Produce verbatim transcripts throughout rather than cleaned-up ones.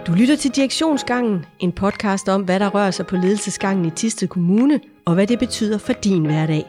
Du lytter til Direktionsgangen, en podcast om, hvad der rører sig på ledelsesgangen i Thisted Kommune, og hvad det betyder for din hverdag.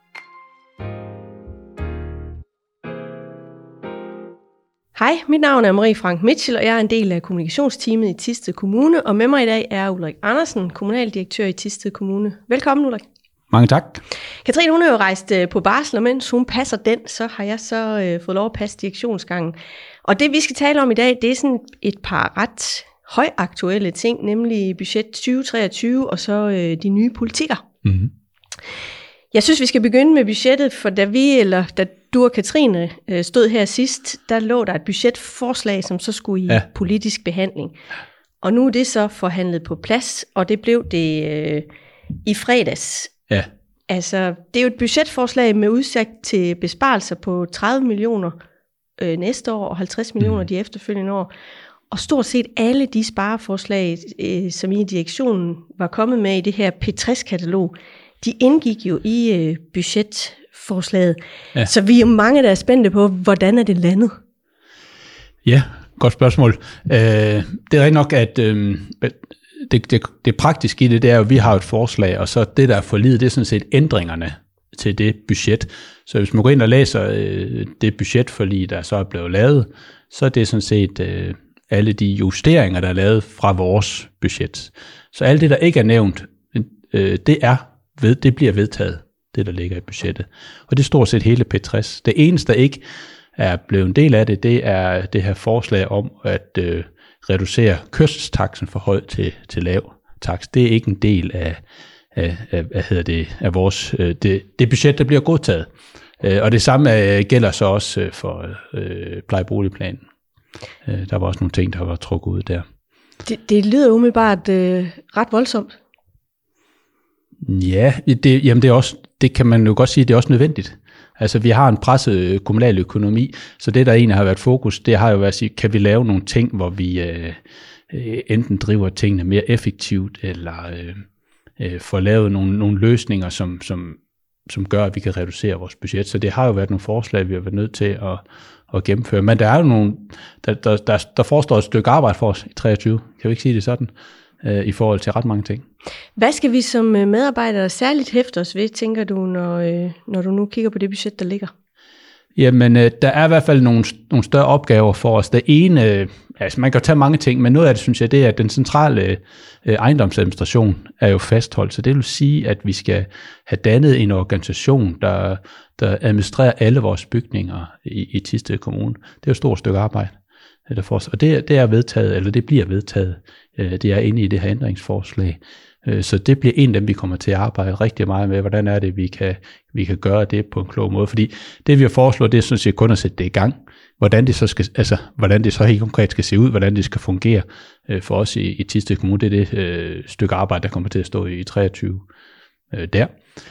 Hej, mit navn er Marie Frank Mitchell, og jeg er en del af kommunikationsteamet i Thisted Kommune, og med mig i dag er Ulrik Andersen, kommunaldirektør i Thisted Kommune. Velkommen, Ulrik. Mange tak. Katrine, hun er jo rejst på barsel, og mens hun passer den, så har jeg så øh, fået lov at passe direktionsgangen. Og det, vi skal tale om i dag, det er sådan et par ret højaktuelle ting, nemlig budget tyve treogtyve og så øh, de nye politikker. Mm-hmm. Jeg synes, vi skal begynde med budgettet, for da vi, eller da du og Katrine øh, stod her sidst, der lå der et budgetforslag, som så skulle i ja. politisk behandling. Og nu er det så forhandlet på plads, og det blev det øh, i fredags. Ja. Altså, det er jo et budgetforslag med udsigt til besparelser på tredive millioner øh, næste år og halvtreds millioner mm. de efterfølgende år. Og stort set alle de spareforslag, øh, som I direktionen var kommet med i det her P tres-katalog, de indgik jo i øh, budgetforslaget. Ja. Så vi er jo mange, der er spændte på, hvordan er det landet? Ja, godt spørgsmål. Øh, det er rigtig nok, at øh, det, det, det praktiske i det, det er jo, at vi har et forslag, og så det, der er forliget, det er sådan set ændringerne til det budget. Så hvis man går ind og læser øh, det budgetforlig, der så er blevet lavet, så er det sådan set øh, alle de justeringer, der er lavet fra vores budget. Så alt det, der ikke er nævnt, øh, det er ved, det bliver vedtaget, det der ligger i budgettet. Og det er stort set hele P tres. Det eneste, der ikke er blevet en del af det, det er det her forslag om at øh, reducere kørselstaksen fra høj til, til lav taks. Det er ikke en del af, af, af, hvad hedder det, af vores, øh, det, det budget, der bliver godtaget. Øh, og det samme øh, gælder så også øh, for øh, plejeboligplanen. Øh, der var også nogle ting, der var trukket ud der. Det, det lyder umiddelbart øh, ret voldsomt. Ja, det, jamen det, er også, det kan man jo godt sige, det er også nødvendigt. Altså vi har en presset kommunal økonomi, så det der egentlig har været fokus, det har jo været at sige, kan vi lave nogle ting, hvor vi øh, enten driver tingene mere effektivt, eller øh, øh, får lavet nogle, nogle løsninger, som, som, som gør, at vi kan reducere vores budget. Så det har jo været nogle forslag, vi har været nødt til at, at gennemføre. Men der er jo nogle, der, der, der, der forestår et stykke arbejde for os i treogtyve, kan vi ikke sige det sådan, øh, i forhold til ret mange ting. Hvad skal vi som medarbejdere særligt hæfte os ved, tænker du, når, øh, når du nu kigger på det budget, der ligger? Jamen, øh, der er i hvert fald nogle, nogle større opgaver for os. Det ene, øh, altså man kan jo tage mange ting, men noget af det, synes jeg, det er, at den centrale øh, ejendomsadministration er jo fastholdt. Så det vil sige, at vi skal have dannet en organisation, der, der administrerer alle vores bygninger i, i Thisted Kommune. Det er jo et stort stykke arbejde. Der for os. Og det, det er vedtaget, eller det bliver vedtaget. Øh, det er inde i det her ændringsforslag. Så det bliver en af dem, vi kommer til at arbejde rigtig meget med. Hvordan er det, vi kan, vi kan gøre det på en klog måde? Fordi det, vi har foreslået, det er sådan set kun at sætte det i gang. Hvordan det så, skal, altså, hvordan det så helt konkret skal se ud, hvordan det skal fungere øh, for os i, i Thisted Kommune. Det er det øh, stykke arbejde, der kommer til at stå i, i treogtyve øh, der.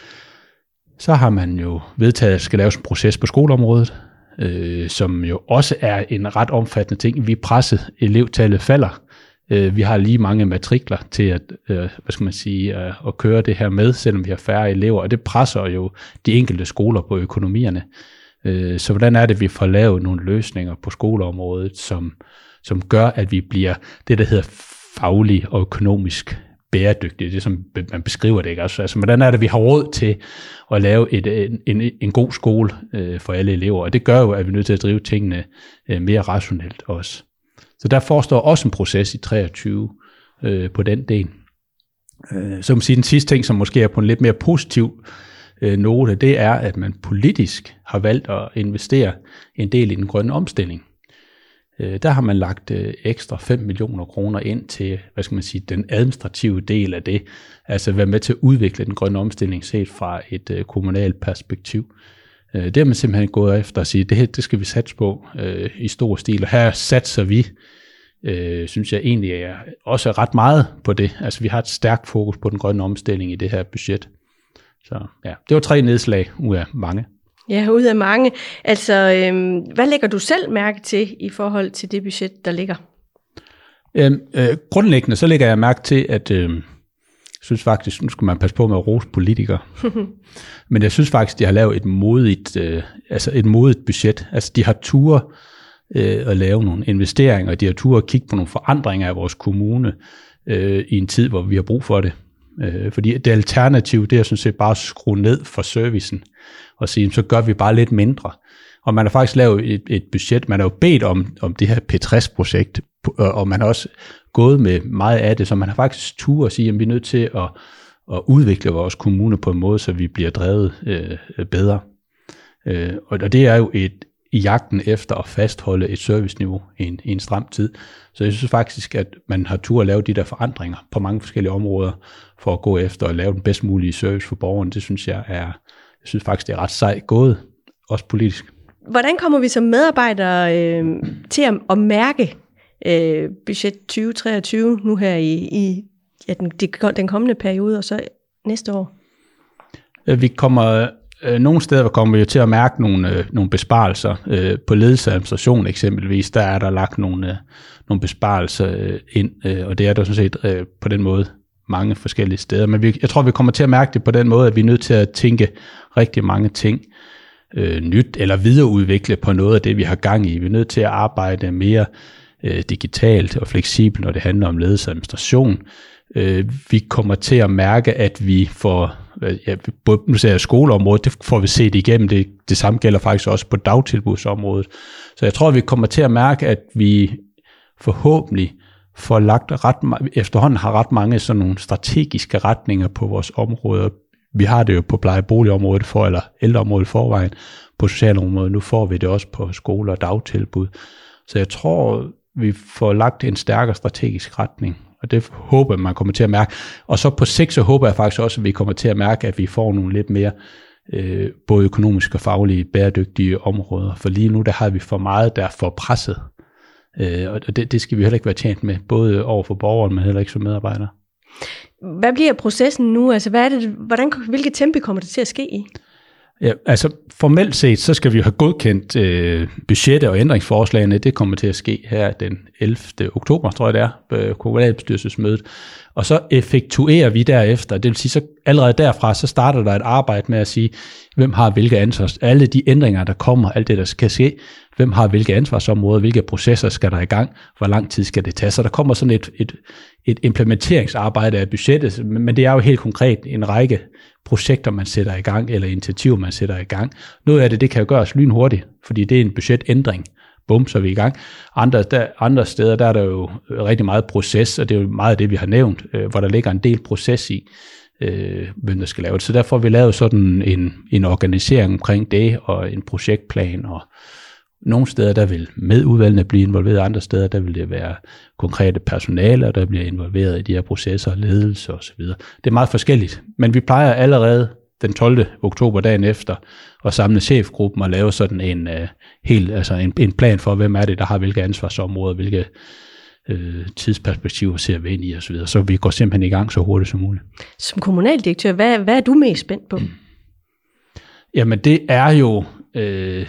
Så har man jo vedtaget, at der skal laves en proces på skoleområdet, øh, som jo også er en ret omfattende ting. Vi er presset, elevtallet falder. Vi har lige mange matrikler til at, hvad skal man sige, at køre det her med, selvom vi har færre elever, og det presser jo de enkelte skoler på økonomierne. Så hvordan er det, vi får lavet nogle løsninger på skoleområdet, som, som gør, at vi bliver det, der hedder faglig og økonomisk bæredygtige, det som man beskriver det, ikke? Altså, hvordan er det, vi har råd til at lave et, en, en, en god skole for alle elever, og det gør jo, at vi er nødt til at drive tingene mere rationelt også. Så der forestår også en proces i treogtyve øh, på den del. Øh, så må sige, den sidste ting, som måske er på en lidt mere positiv øh, note, det er, at man politisk har valgt at investere en del i den grønne omstilling. Øh, der har man lagt øh, ekstra fem millioner kroner ind til, hvad skal man sige, den administrative del af det. Altså være med til at udvikle den grønne omstilling set fra et øh, kommunalt perspektiv. Øh, det har man simpelthen gået efter at sige, det her, det skal vi satse på øh, i stor stil, og her satser vi, øh, synes jeg egentlig er også ret meget på det. Altså vi har et stærkt fokus på den grønne omstilling i det her budget. Så ja, det var tre nedslag ud af mange. Ja, ud af mange. Altså, øh, hvad lægger du selv mærke til i forhold til det budget, der ligger? Øh, øh, grundlæggende så lægger jeg mærke til, at øh, jeg synes faktisk, nu skal man passe på med at rose politikere, men jeg synes faktisk, de har lavet et modigt, øh, altså et modigt budget. Altså de har ture øh, at lave nogle investeringer, og de har tur at kigge på nogle forandringer af vores kommune øh, i en tid, hvor vi har brug for det. Øh, fordi det alternativ, det er sådan set bare at skrue ned for servicen, og sige, så gør vi bare lidt mindre. Og man har faktisk lavet et, et budget, man har jo bedt om, om det her P tres projekt, og man har også gået med meget af det, så man har faktisk tur at sige, at vi er nødt til at, at udvikle vores kommune på en måde, så vi bliver drevet øh, bedre. Øh, og det er jo et i jagten efter at fastholde et serviceniveau i en, i en stram tid. Så jeg synes faktisk, at man har tur at lave de der forandringer på mange forskellige områder, for at gå efter at lave den bedst mulige service for borgerne. Det synes jeg er, jeg synes faktisk, det er ret sejt gået, også politisk. Hvordan kommer vi som medarbejdere øh, til at, at mærke øh, budget tyve treogtyve nu her i, i ja, den, den kommende periode, og så næste år? Vi kommer... Nogle steder kommer vi jo til at mærke nogle, øh, nogle besparelser. Øh, på ledelse og administration eksempelvis, der er der lagt nogle, øh, nogle besparelser øh, ind, øh, og det er der sådan set øh, på den måde mange forskellige steder. Men vi, jeg tror, vi kommer til at mærke det på den måde, at vi er nødt til at tænke rigtig mange ting øh, nyt, eller videreudvikle på noget af det, vi har gang i. Vi er nødt til at arbejde mere øh, digitalt og fleksibelt, når det handler om ledelse og administration. Øh, vi kommer til at mærke, at vi får... Ja, både nu ser jeg skoleområdet, det får vi set igennem, det, det samme gælder faktisk også på dagtilbudsområdet. Så jeg tror, at vi kommer til at mærke, at vi forhåbentlig får lagt ret, efterhånden har ret mange sådan nogle strategiske retninger på vores områder. Vi har det jo på plejeboligområdet for, eller ældreområdet forvejen, på socialområdet, nu får vi det også på skole og dagtilbud. Så jeg tror, vi får lagt en stærkere strategisk retning. Og det håber man kommer til at mærke. Og så på sigt, så håber jeg faktisk også, at vi kommer til at mærke, at vi får nogle lidt mere øh, både økonomiske og faglige bæredygtige områder. For lige nu, der har vi for meget, der er for presset. Øh, og det, det skal vi heller ikke være tjent med, både over for borgeren, men heller ikke som medarbejdere. Hvad bliver processen nu? Altså, hvad er det, hvordan, hvilket tempo kommer det til at ske i? Ja, altså formelt set, så skal vi jo have godkendt øh, budgetter og ændringsforslagene. Det kommer til at ske her den ellevte oktober, tror jeg det er, på kommunalbestyrelsesmødet. Og så effektuerer vi derefter. Det vil sige, så allerede derfra, så starter der et arbejde med at sige, hvem har hvilke ansvar. Alle de ændringer, der kommer, alt det, der skal ske, hvem har hvilke ansvarsområder, hvilke processer skal der i gang, hvor lang tid skal det tage. Så der kommer sådan et, et, et implementeringsarbejde af budgettet, men det er jo helt konkret en række projekter, man sætter i gang, eller initiativer, man sætter i gang. Noget af det, det kan jo gøres lynhurtigt, fordi det er en budgetændring. Bum, så er vi i gang. Andre, der, andre steder, der er der jo rigtig meget proces, og det er jo meget af det, vi har nævnt, øh, hvor der ligger en del proces i, øh, hvem der skal lave det. Så derfor har vi lavet sådan en, en organisering omkring det, og en projektplan, og nogle steder, der vil medudvalgene blive involveret, andre steder, der vil det være konkrete personaler, der bliver involveret i de her processer, ledelse osv. Det er meget forskelligt, men vi plejer allerede den tolvte oktober, dagen efter, at samle chefgruppen og lave sådan en, uh, helt, altså en, en plan for, hvem er det, der har hvilke ansvarsområder, hvilke øh, tidsperspektiver ser vi ind i osv. Så, så vi går simpelthen i gang så hurtigt som muligt. Som kommunaldirektør, hvad, hvad er du mest spændt på? Jamen det er jo øh,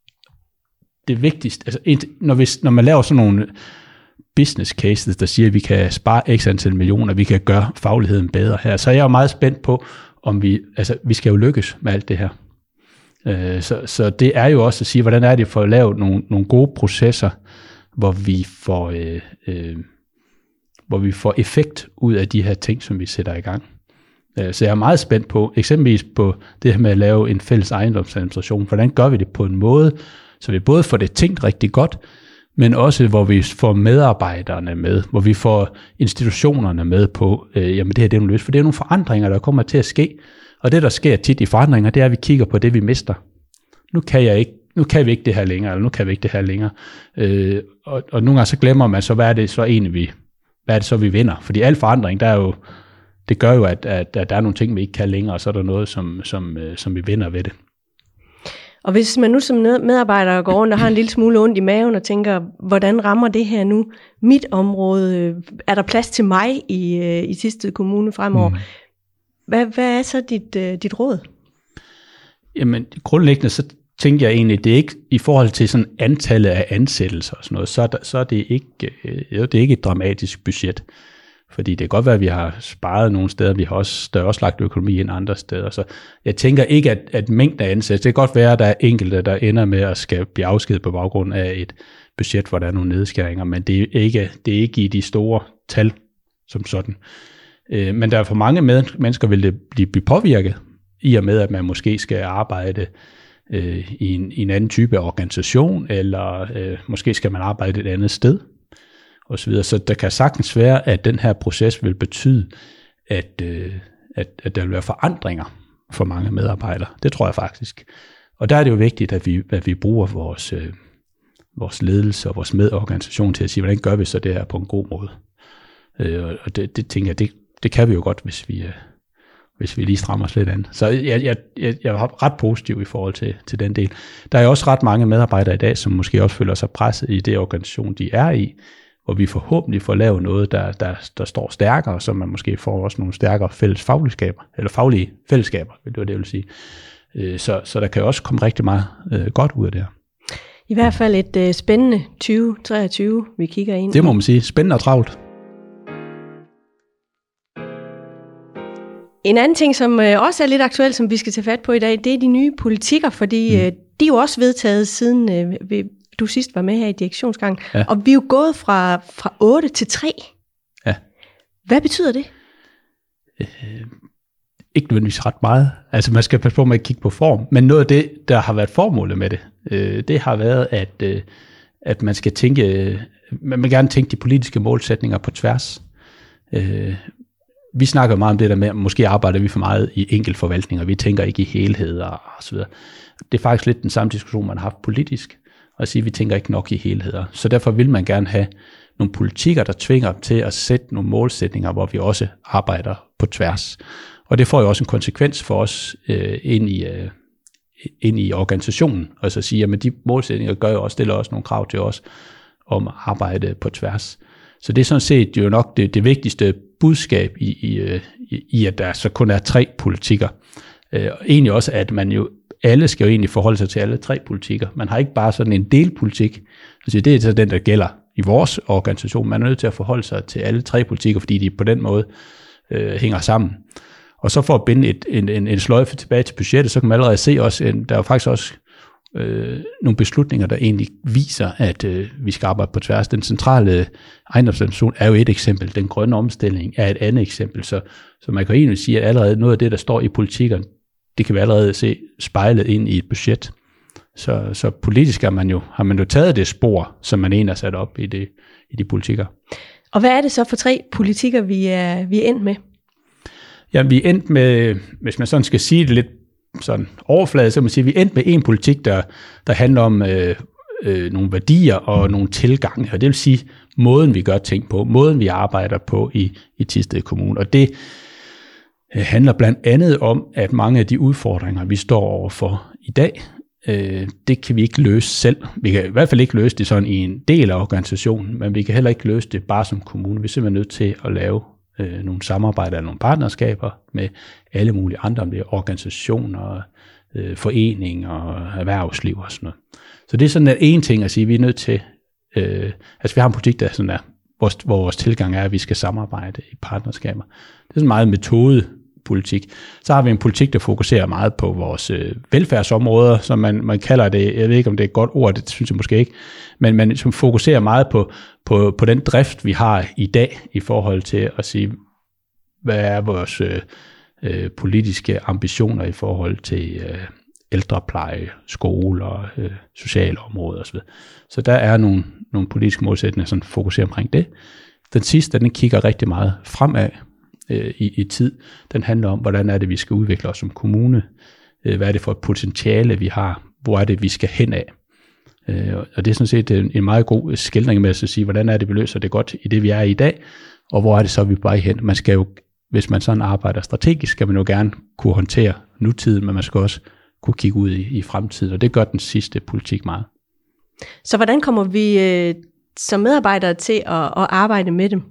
det vigtigste. Altså, når, vi, når man laver sådan nogle business cases, der siger, at vi kan spare x antal millioner, vi kan gøre fagligheden bedre her, så er jeg jo meget spændt på, om vi, altså vi skal jo lykkes med alt det her. Øh, så, så det er jo også at sige, hvordan er det for at lave nogle, nogle gode processer, hvor vi får øh, øh, hvor vi får effekt ud af de her ting, som vi sætter i gang. Øh, så jeg er meget spændt på, eksempelvis på det her med at lave en fælles ejendomsadministration. Hvordan gør vi det på en måde, så vi både får det tænkt rigtig godt, men også hvor vi får medarbejderne med, hvor vi får institutionerne med på, øh, jamen det her det er nogle løs, for det er nogle forandringer, der kommer til at ske, og det der sker tit i forandringer, det er, at vi kigger på det, vi mister. Nu kan jeg ikke, nu kan vi ikke det her længere, eller nu kan vi ikke det her længere, øh, og, og nogle gange så glemmer man så, hvad er det så egentlig vi, hvad er det så vi vinder, fordi al forandring, der er jo, det gør jo, at, at, at der er nogle ting, vi ikke kan længere, og så er der noget, som, som, øh, som vi vinder ved det. Og hvis man nu som medarbejder går rundt og har en lille smule ondt i maven og tænker, hvordan rammer det her nu mit område? Er der plads til mig i, i Thisted Kommune fremover? Mm. Hvad, hvad er så dit, dit råd? Jamen grundlæggende så tænker jeg egentlig, det er ikke i forhold til sådan antallet af ansættelser og sådan noget, så er, der, så er det ikke, det er ikke et dramatisk budget. Fordi det kan godt være, at vi har sparet nogle steder, vi har også, der er også lagt økonomi ind andre steder. Så jeg tænker ikke, at, at mængden af ansættelser, det kan godt være, at der er enkelte, der ender med at skal blive afskedet på baggrund af et budget, hvor der er nogle nedskæringer, men det er ikke, det er ikke i de store tal som sådan. Øh, men der er for mange med, mennesker, vil det blive, blive påvirket, i og med, at man måske skal arbejde øh, i, en, i en anden type organisation, eller øh, måske skal man arbejde et andet sted, og så videre. Så der kan sagtens være, at den her proces vil betyde, at, øh, at, at der vil være forandringer for mange medarbejdere. Det tror jeg faktisk. Og der er det jo vigtigt, at vi, at vi bruger vores, øh, vores ledelse og vores medorganisation til at sige, hvordan gør vi så det her på en god måde. Øh, og det, det tænker jeg, det, det kan vi jo godt, hvis vi, øh, hvis vi lige strammer os lidt an. Så jeg, jeg, jeg, jeg er ret positiv i forhold til, til den del. Der er også ret mange medarbejdere i dag, som måske også føler sig presset i det organisation, de er i, hvor vi forhåbentlig får lavet noget, der, der, der står stærkere, så man måske får også nogle stærkere fælles fagligskaber, eller faglige fællesskaber, det var det, jeg vil sige. Så, så der kan også komme rigtig meget øh, godt ud af det her. I hvert fald et øh, spændende tyve treogtyve, vi kigger ind. Det må man sige. Spændende og travlt. En anden ting, som øh, også er lidt aktuel, som vi skal tage fat på i dag, det er de nye politikker, fordi mm. øh, de er jo også vedtaget siden øh, vi, du sidst var med her i direktionsgangen. Ja. Og vi er jo gået fra, fra otte til tre. Ja. Hvad betyder det? Øh, ikke nødvendigvis ret meget. Altså man skal passe på med at kigge på form. Men noget af det, der har været formålet med det, øh, det har været, at, øh, at man skal tænke, man vil gerne tænke de politiske målsætninger på tværs. Øh, vi snakker meget om det der med, at måske arbejder vi for meget i enkeltforvaltninger, vi tænker ikke i helheder og så videre. Det er faktisk lidt den samme diskussion, man har haft politisk, og sige, at vi tænker ikke nok i helheder. Så derfor vil man gerne have nogle politikker, der tvinger til at sætte nogle målsætninger, hvor vi også arbejder på tværs. Og det får jo også en konsekvens for os øh, ind, i, øh, ind i organisationen. Altså at sige, at de målsætninger gør jo også, stiller også nogle krav til os om at arbejde på tværs. Så det er sådan set jo nok det, det vigtigste budskab i, i, i, at der så kun er tre politikker. Øh, og egentlig også, at man jo alle skal jo egentlig forholde sig til alle tre politikker. Man har ikke bare sådan en delpolitik. Altså det er så den, der gælder i vores organisation. Man er nødt til at forholde sig til alle tre politikker, fordi de på den måde øh, hænger sammen. Og så for at binde et, en, en, en sløjfe tilbage til budgettet, så kan man allerede se også, en, der er jo faktisk også øh, nogle beslutninger, der egentlig viser, at øh, vi skal arbejde på tværs. Den centrale ejendomsadministration er jo et eksempel. Den grønne omstilling er et andet eksempel. Så, så man kan egentlig sige, at allerede noget af det, der står i politikkerne, det kan vi allerede se spejlet ind i et budget. Så, så politisk har man, jo, har man jo taget det spor, som man egentlig har sat op i, det, i de politikker. Og hvad er det så for tre politikker, vi er, vi er endt med? Ja, vi er endt med, hvis man sådan skal sige det lidt sådan overfladet, så kan man sige, at vi er endt med en politik, der, der handler om øh, øh, nogle værdier og nogle tilgange. Og det vil sige måden, vi gør ting på, måden, vi arbejder på i, i Thisted Kommune. Og det handler blandt andet om, at mange af de udfordringer, vi står overfor i dag, øh, det kan vi ikke løse selv. Vi kan i hvert fald ikke løse det sådan i en del af organisationen, men vi kan heller ikke løse det bare som kommune. Vi er simpelthen nødt til at lave øh, nogle samarbejder, nogle partnerskaber med alle mulige andre, om det er organisationer, øh, foreninger, erhvervsliv og sådan noget. Så det er sådan en ting at sige, at vi er nødt til, øh, altså vi har en politik, der sådan er, hvor, hvor vores tilgang er, at vi skal samarbejde i partnerskaber. Det er sådan meget metodepolitik. Så har vi en politik, der fokuserer meget på vores øh, velfærdsområder, som man, man kalder det, jeg ved ikke, om det er et godt ord, det synes jeg måske ikke, men man som fokuserer meget på, på, på den drift, vi har i dag, i forhold til at sige, hvad er vores øh, øh, politiske ambitioner i forhold til øh, ældrepleje, skoler, øh, sociale områder osv. Så der er nogle, nogle politiske målsætninger, som fokuserer omkring det. Den sidste, den kigger rigtig meget fremad øh, i, i tid. Den handler om, hvordan er det, vi skal udvikle os som kommune. Øh, hvad er det for et potentiale, vi har? Hvor er det, vi skal hen af? Øh, og det er sådan set en, en meget god skildring med at sige, hvordan er det, vi løser det godt i det, vi er i dag, og hvor er det så, vi er på vej hen? Man skal jo, hvis man sådan arbejder strategisk, skal man jo gerne kunne håndtere nutiden, men man skal også kunne kigge ud i, i fremtiden, og det gør den sidste politik meget. Så hvordan kommer vi øh, som medarbejdere til at, at arbejde med dem?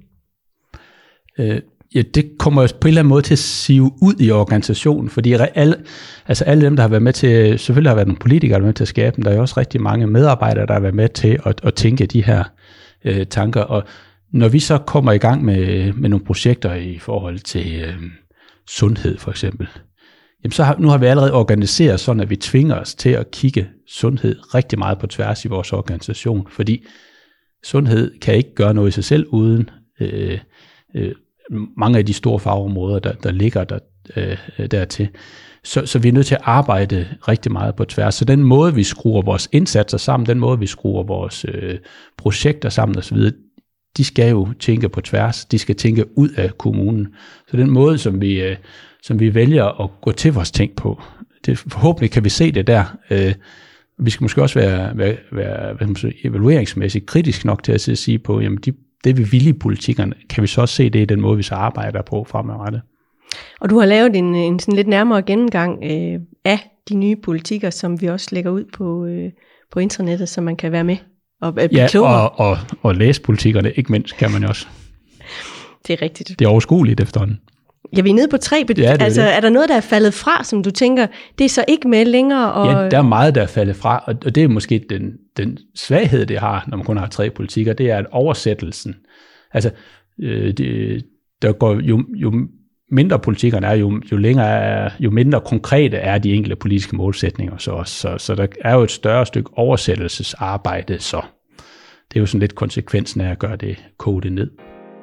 Øh, ja, det kommer jo på en eller anden måde til at sive ud i organisationen, fordi alle, altså alle dem, der har været med til, selvfølgelig har været nogle politikere, der har været med til at skabe dem, der er jo også rigtig mange medarbejdere, der har været med til at, at tænke de her øh, tanker, og når vi så kommer i gang med, med nogle projekter i forhold til øh, sundhed for eksempel, jamen så har, nu har vi allerede organiseret sådan, at vi tvinger os til at kigge sundhed rigtig meget på tværs i vores organisation, fordi sundhed kan ikke gøre noget i sig selv uden øh, øh, mange af de store fagområder, der, der ligger der, øh, dertil. Så, så vi er nødt til at arbejde rigtig meget på tværs. Så den måde, vi skruer vores indsatser sammen, den måde, vi skruer vores øh, projekter sammen osv., de skal jo tænke på tværs. De skal tænke ud af kommunen. Så den måde, som vi, øh, som vi vælger at gå til vores ting på, det, forhåbentlig kan vi se det der. Øh, vi skal måske også være, være, være hvad man sige, evalueringsmæssigt kritisk nok til at sige på, jamen de, det vi vil i politikerne, kan vi så også se det i den måde, vi så arbejder på fremadrettet. Og du har lavet en, en sådan lidt nærmere gennemgang øh, af de nye politikker, som vi også lægger ud på, øh, på internettet, så man kan være med og øh, blive ja, klogere. Og, og, og læse politikkerne, ikke mindst, kan man jo også. Det er rigtigt. Det er overskueligt efterhånden. Ja, vi er nede på tre. Bet- ja, altså, er, er der noget, der er faldet fra, som du tænker, det er så ikke med længere? Og... Ja, der er meget, der er faldet fra, og, og det er måske den, den svaghed, det har, når man kun har tre politikker, det er, at oversættelsen, altså, øh, det, der går jo, jo mindre politikkerne er, jo, jo længere er, jo mindre konkrete er de enkelte politiske målsætninger. Så, så, så der er jo et større stykke oversættelsesarbejde, så det er jo sådan lidt konsekvensen af at gøre det, koge det ned.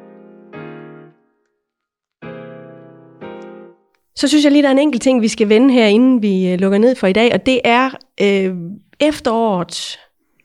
Så synes jeg lige, der er en enkelt ting, vi skal vende her, inden vi lukker ned for i dag, og det er øh, efteråret.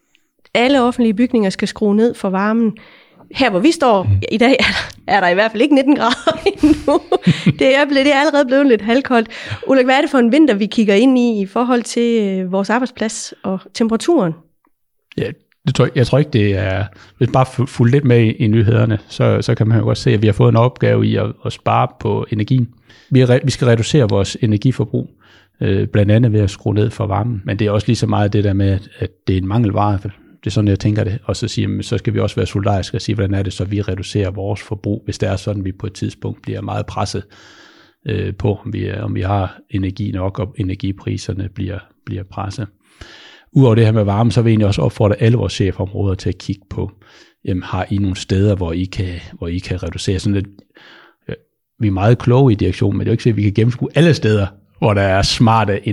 Alle offentlige bygninger skal skrue ned for varmen. Her hvor vi står mm. i dag, er der, er der i hvert fald ikke nitten grader endnu. Det er, blevet, det er allerede blevet lidt halvkoldt. Ulrik, hvad er det for en vinter, vi kigger ind i i forhold til øh, vores arbejdsplads og temperaturen? Ja, det tror jeg, jeg tror ikke, det er... Hvis bare fulgt lidt med i, i nyhederne, så, så kan man jo godt se, at vi har fået en opgave i at, at spare på energien. Vi, er, vi skal reducere vores energiforbrug, øh, blandt andet ved at skrue ned for varmen. Men det er også lige så meget det der med, at det er en mangelvare. Det er sådan, jeg tænker det. Og så, siger, så skal vi også være solidariske og sige, hvordan er det så, vi reducerer vores forbrug, hvis det er sådan, vi på et tidspunkt bliver meget presset øh, på, om vi, om vi har energi nok, og energipriserne bliver, bliver presset. Udover det her med varme, så vil jeg egentlig også opfordre alle vores chefområder til at kigge på, jamen, har I nogle steder, hvor I kan, hvor I kan reducere sådan lidt. Vi er meget kloge i direktionen, men det er jo ikke så, at vi kan gennemskue alle steder, hvor der er smarte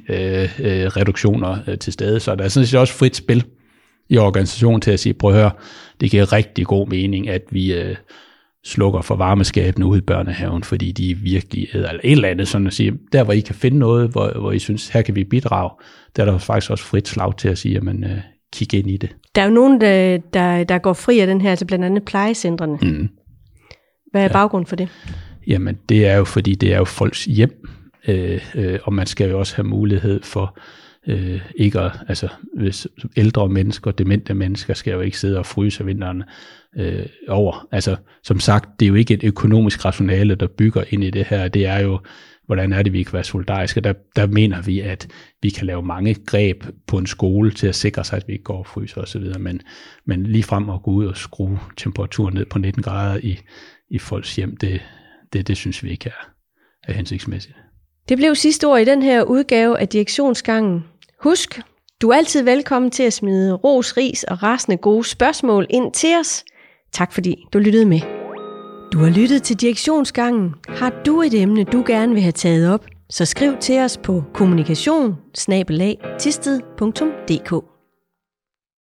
energireduktioner øh, øh, til stede. Så der er sådan set også frit spil i organisationen til at sige, prøv at høre, det giver rigtig god mening, at vi øh, slukker for varmeskabene ude i børnehaven, fordi de virkelig, eller et eller andet, sådan at sige, der hvor I kan finde noget, hvor, hvor I synes, her kan vi bidrage, der er der faktisk også frit slag til at sige, at man øh, kigger ind i det. Der er jo nogen, der, der, der går fri af den her, altså blandt andet plejecentrene. Mm. Hvad er ja. baggrunden for det? Jamen, det er jo, fordi det er jo folks hjem, øh, øh, og man skal jo også have mulighed for øh, ikke at, altså hvis ældre mennesker, demente mennesker, skal jo ikke sidde og fryse vinteren øh, over. Altså, som sagt, det er jo ikke et økonomisk rationale, der bygger ind i det her. Det er jo, hvordan er det, vi kan være solidariske. Der, der mener vi, at vi kan lave mange greb på en skole til at sikre sig, at vi ikke går og fryser osv., men, men lige frem at gå ud og skrue temperaturen ned på nitten grader i, i folks hjem, det Det, det synes vi ikke er, er hensigtsmæssigt. Det blev sidste ord i den her udgave af Direktionsgangen. Husk, du er altid velkommen til at smide ros, ris og rasende gode spørgsmål ind til os. Tak fordi du lyttede med. Du har lyttet til Direktionsgangen. Har du et emne, du gerne vil have taget op, så skriv til os på kommunikation bindestreg thisted punktum d k.